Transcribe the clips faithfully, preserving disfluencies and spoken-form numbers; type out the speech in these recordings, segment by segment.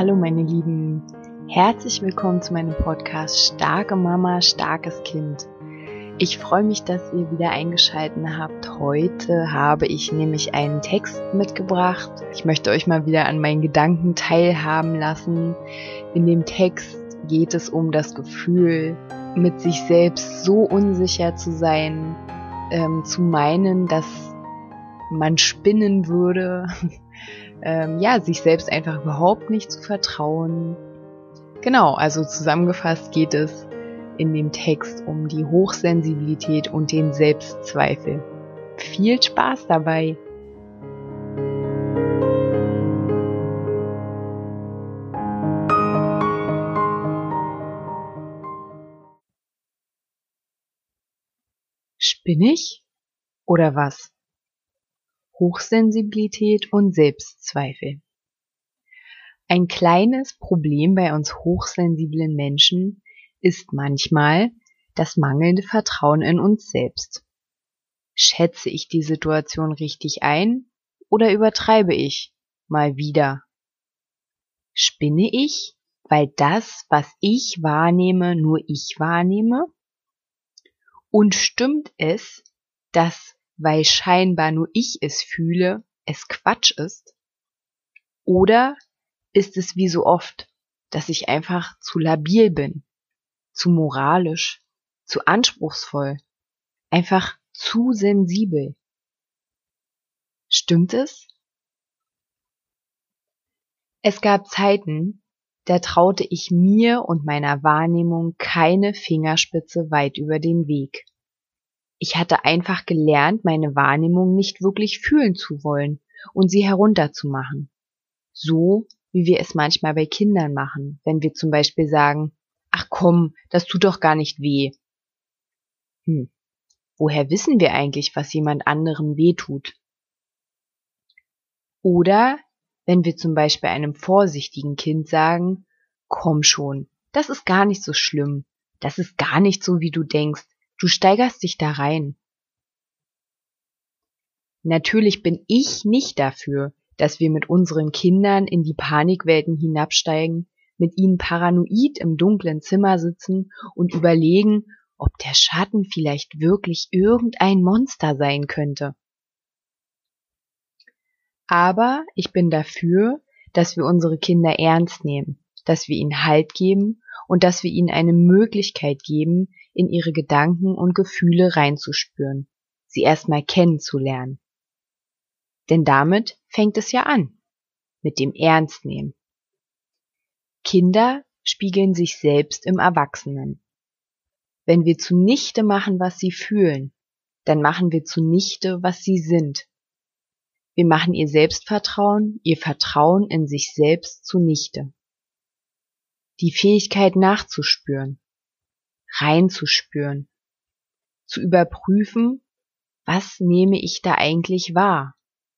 Hallo meine Lieben, herzlich willkommen zu meinem Podcast Starke Mama, starkes Kind. Ich freue mich, dass ihr wieder eingeschaltet habt. Heute habe ich nämlich einen Text mitgebracht. Ich möchte euch mal wieder an meinen Gedanken teilhaben lassen. In dem Text geht es um das Gefühl, mit sich selbst so unsicher zu sein, ähm, zu meinen, dass man spinnen würde, ähm, ja, sich selbst einfach überhaupt nicht zu vertrauen. Genau, also zusammengefasst geht es in dem Text um die Hochsensibilität und den Selbstzweifel. Viel Spaß dabei! Spinne ich? Oder was? Hochsensibilität und Selbstzweifel. Ein kleines Problem bei uns hochsensiblen Menschen ist manchmal das mangelnde Vertrauen in uns selbst. Schätze ich die Situation richtig ein oder übertreibe ich mal wieder? Spinne ich, weil das, was ich wahrnehme, nur ich wahrnehme? Und stimmt es, dass, weil scheinbar nur ich es fühle, es Quatsch ist? Oder ist es wie so oft, dass ich einfach zu labil bin, zu moralisch, zu anspruchsvoll, einfach zu sensibel? Stimmt es? Es gab Zeiten, da traute ich mir und meiner Wahrnehmung keine Fingerspitze weit über den Weg. Ich hatte einfach gelernt, meine Wahrnehmung nicht wirklich fühlen zu wollen und sie herunterzumachen. So, wie wir es manchmal bei Kindern machen, wenn wir zum Beispiel sagen, ach komm, das tut doch gar nicht weh. Hm, woher wissen wir eigentlich, was jemand anderem weh tut? Oder wenn wir zum Beispiel einem vorsichtigen Kind sagen, komm schon, das ist gar nicht so schlimm, das ist gar nicht so, wie du denkst, du steigerst dich da rein. Natürlich bin ich nicht dafür, dass wir mit unseren Kindern in die Panikwelten hinabsteigen, mit ihnen paranoid im dunklen Zimmer sitzen und überlegen, ob der Schatten vielleicht wirklich irgendein Monster sein könnte. Aber ich bin dafür, dass wir unsere Kinder ernst nehmen, dass wir ihnen Halt geben und dass wir ihnen eine Möglichkeit geben, in ihre Gedanken und Gefühle reinzuspüren, sie erstmal kennenzulernen. Denn damit fängt es ja an, mit dem Ernstnehmen. Kinder spiegeln sich selbst im Erwachsenen. Wenn wir zunichte machen, was sie fühlen, dann machen wir zunichte, was sie sind. Wir machen ihr Selbstvertrauen, ihr Vertrauen in sich selbst zunichte. Die Fähigkeit nachzuspüren, reinzuspüren, zu überprüfen, was nehme ich da eigentlich wahr?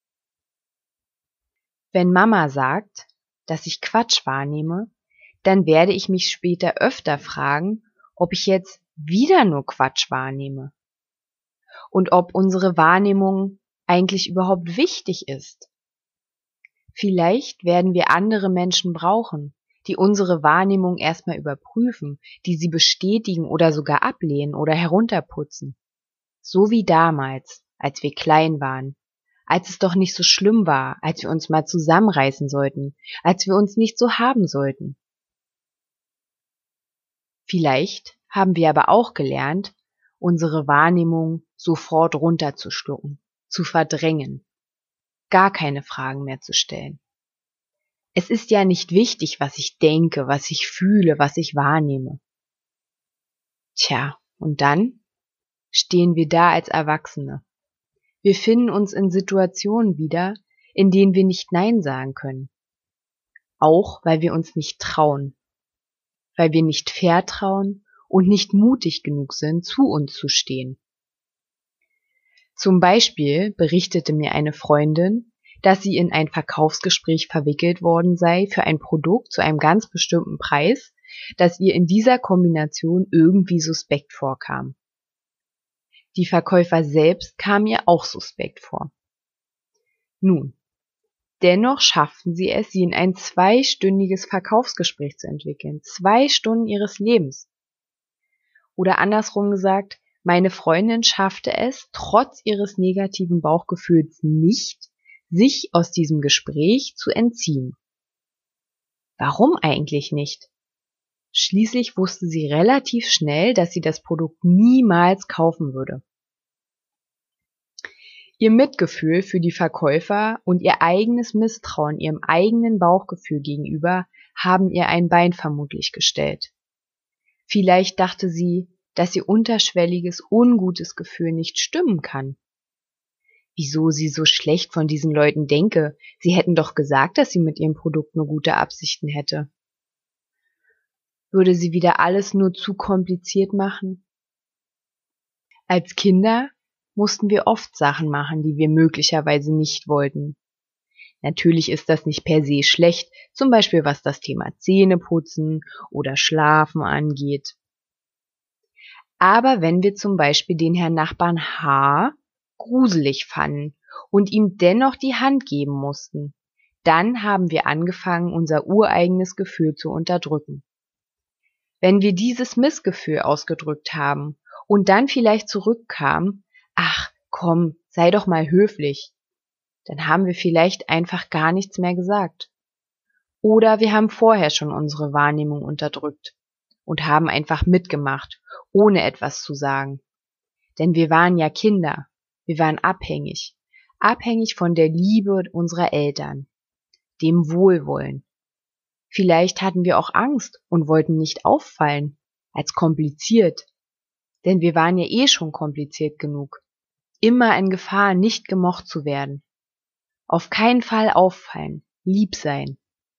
Wenn Mama sagt, dass ich Quatsch wahrnehme, dann werde ich mich später öfter fragen, ob ich jetzt wieder nur Quatsch wahrnehme und ob unsere Wahrnehmung eigentlich überhaupt wichtig ist. Vielleicht werden wir andere Menschen brauchen, die unsere Wahrnehmung erstmal überprüfen, die sie bestätigen oder sogar ablehnen oder herunterputzen. So wie damals, als wir klein waren, als es doch nicht so schlimm war, als wir uns mal zusammenreißen sollten, als wir uns nicht so haben sollten. Vielleicht haben wir aber auch gelernt, unsere Wahrnehmung sofort runterzuschlucken, zu verdrängen, gar keine Fragen mehr zu stellen. Es ist ja nicht wichtig, was ich denke, was ich fühle, was ich wahrnehme. Tja, und dann stehen wir da als Erwachsene. Wir finden uns in Situationen wieder, in denen wir nicht Nein sagen können. Auch weil wir uns nicht trauen, weil wir nicht vertrauen und nicht mutig genug sind, zu uns zu stehen. Zum Beispiel berichtete mir eine Freundin, dass sie in ein Verkaufsgespräch verwickelt worden sei für ein Produkt zu einem ganz bestimmten Preis, das ihr in dieser Kombination irgendwie suspekt vorkam. Die Verkäufer selbst kamen ihr auch suspekt vor. Nun, Dennoch schafften sie es, sie in ein zweistündiges Verkaufsgespräch zu entwickeln. Zwei Stunden ihres Lebens. Oder andersrum gesagt, meine Freundin schaffte es, trotz ihres negativen Bauchgefühls nicht, sich aus diesem Gespräch zu entziehen. Warum eigentlich nicht? Schließlich wusste sie relativ schnell, dass sie das Produkt niemals kaufen würde. Ihr Mitgefühl für die Verkäufer und ihr eigenes Misstrauen ihrem eigenen Bauchgefühl gegenüber haben ihr ein Bein vermutlich gestellt. Vielleicht dachte sie, dass ihr unterschwelliges, ungutes Gefühl nicht stimmen kann. Wieso sie so schlecht von diesen Leuten denke, sie hätten doch gesagt, dass sie mit ihrem Produkt nur gute Absichten hätte. Würde sie wieder alles nur zu kompliziert machen? Als Kinder mussten wir oft Sachen machen, die wir möglicherweise nicht wollten. Natürlich ist das nicht per se schlecht, zum Beispiel was das Thema Zähneputzen oder Schlafen angeht. Aber wenn wir zum Beispiel den Herrn Nachbarn H. gruselig fanden und ihm dennoch die Hand geben mussten, dann haben wir angefangen, unser ureigenes Gefühl zu unterdrücken. Wenn wir dieses Missgefühl ausgedrückt haben und dann vielleicht zurückkamen, ach komm, sei doch mal höflich, dann haben wir vielleicht einfach gar nichts mehr gesagt. Oder wir haben vorher schon unsere Wahrnehmung unterdrückt und haben einfach mitgemacht, ohne etwas zu sagen. Denn wir waren ja Kinder, wir waren abhängig, abhängig von der Liebe unserer Eltern, dem Wohlwollen. Vielleicht hatten wir auch Angst und wollten nicht auffallen, als kompliziert, denn wir waren ja eh schon kompliziert genug. Immer in Gefahr, nicht gemocht zu werden. Auf keinen Fall auffallen, lieb sein.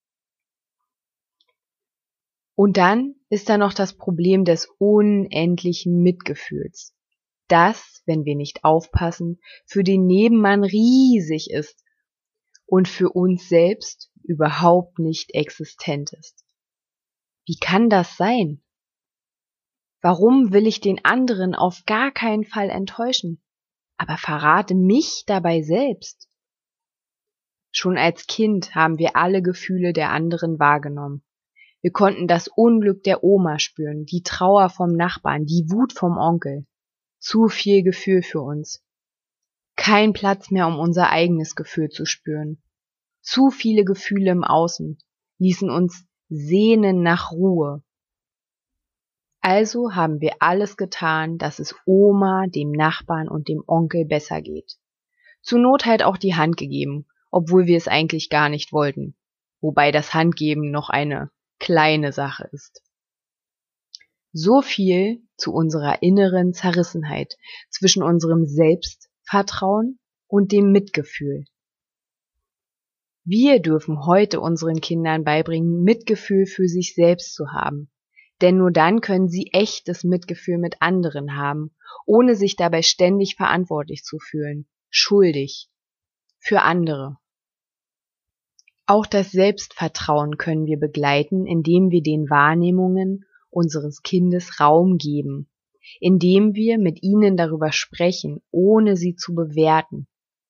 Und dann ist da noch das Problem des unendlichen Mitgefühls, das, wenn wir nicht aufpassen, für den Nebenmann riesig ist und für uns selbst überhaupt nicht existent ist. Wie kann das sein? Warum will ich den anderen auf gar keinen Fall enttäuschen, aber verrate mich dabei selbst? Schon als Kind haben wir alle Gefühle der anderen wahrgenommen. Wir konnten das Unglück der Oma spüren, die Trauer vom Nachbarn, die Wut vom Onkel. Zu viel Gefühl für uns. Kein Platz mehr, um unser eigenes Gefühl zu spüren. Zu viele Gefühle im Außen ließen uns sehnen nach Ruhe. Also haben wir alles getan, dass es Oma, dem Nachbarn und dem Onkel besser geht. Zur Not halt auch die Hand gegeben, obwohl wir es eigentlich gar nicht wollten. Wobei das Handgeben noch eine kleine Sache ist. So viel zu unserer inneren Zerrissenheit zwischen unserem Selbstvertrauen und dem Mitgefühl. Wir dürfen heute unseren Kindern beibringen, Mitgefühl für sich selbst zu haben. Denn nur dann können sie echtes Mitgefühl mit anderen haben, ohne sich dabei ständig verantwortlich zu fühlen, schuldig, für andere. Auch das Selbstvertrauen können wir begleiten, indem wir den Wahrnehmungen unseres Kindes Raum geben, indem wir mit ihnen darüber sprechen, ohne sie zu bewerten.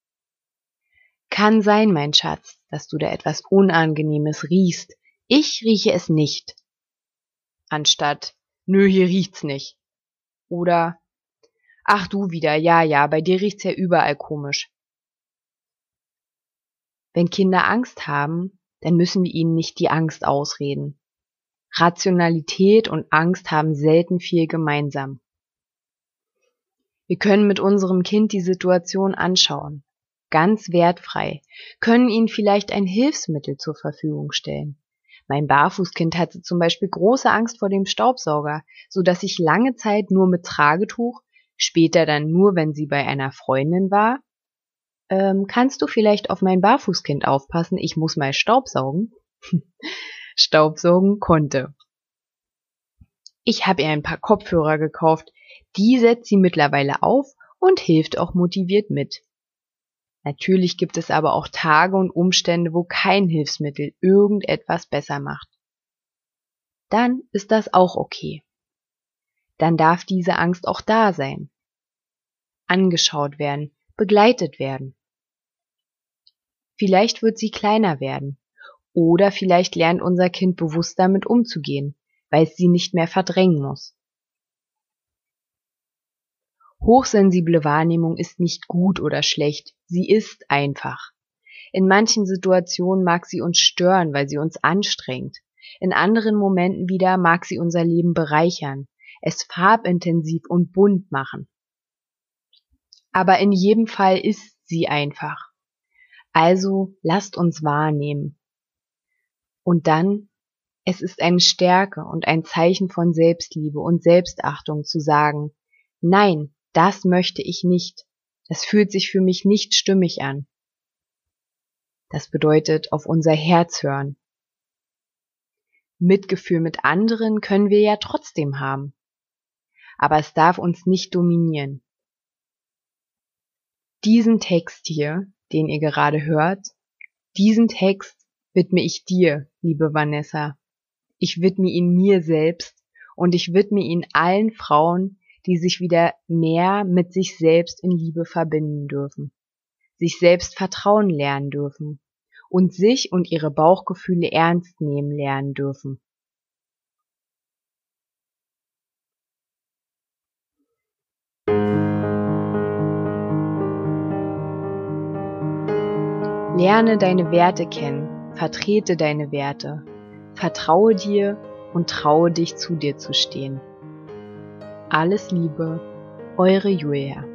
Kann sein, mein Schatz, dass du da etwas Unangenehmes riechst. Ich rieche es nicht. Anstatt, nö, hier riecht's nicht. Oder, ach du wieder, ja, ja, bei dir riecht's ja überall komisch. Wenn Kinder Angst haben, dann müssen wir ihnen nicht die Angst ausreden. Rationalität und Angst haben selten viel gemeinsam. Wir können mit unserem Kind die Situation anschauen, ganz wertfrei, können ihnen vielleicht ein Hilfsmittel zur Verfügung stellen. Mein Barfußkind hatte zum Beispiel große Angst vor dem Staubsauger, so dass ich lange Zeit nur mit Tragetuch, später dann nur, wenn sie bei einer Freundin war, ähm, kannst du vielleicht auf mein Barfußkind aufpassen, ich muss mal Staubsaugen, Staubsaugen konnte. Ich habe ihr ein paar Kopfhörer gekauft, die setzt sie mittlerweile auf und hilft auch motiviert mit. Natürlich gibt es aber auch Tage und Umstände, wo kein Hilfsmittel irgendetwas besser macht. Dann ist das auch okay. Dann darf diese Angst auch da sein. Angeschaut werden, begleitet werden. Vielleicht wird sie kleiner werden. Oder vielleicht lernt unser Kind bewusst damit umzugehen, weil es sie nicht mehr verdrängen muss. Hochsensible Wahrnehmung ist nicht gut oder schlecht, sie ist einfach. In manchen Situationen mag sie uns stören, weil sie uns anstrengt. In anderen Momenten wieder mag sie unser Leben bereichern, es farbintensiv und bunt machen. Aber in jedem Fall ist sie einfach. Also lasst uns wahrnehmen. Und dann, es ist eine Stärke und ein Zeichen von Selbstliebe und Selbstachtung zu sagen, nein, das möchte ich nicht. Das fühlt sich für mich nicht stimmig an. Das bedeutet auf unser Herz hören. Mitgefühl mit anderen können wir ja trotzdem haben. Aber es darf uns nicht dominieren. Diesen Text hier, den ihr gerade hört, diesen Text widme ich dir, liebe Vanessa. Ich widme ihn mir selbst und ich widme ihn allen Frauen, die sich wieder mehr mit sich selbst in Liebe verbinden dürfen, sich selbst vertrauen lernen dürfen und sich und ihre Bauchgefühle ernst nehmen lernen dürfen. Lerne deine Werte kennen, vertrete deine Werte, vertraue dir und traue dich, zu dir zu stehen. Alles Liebe, eure Julia.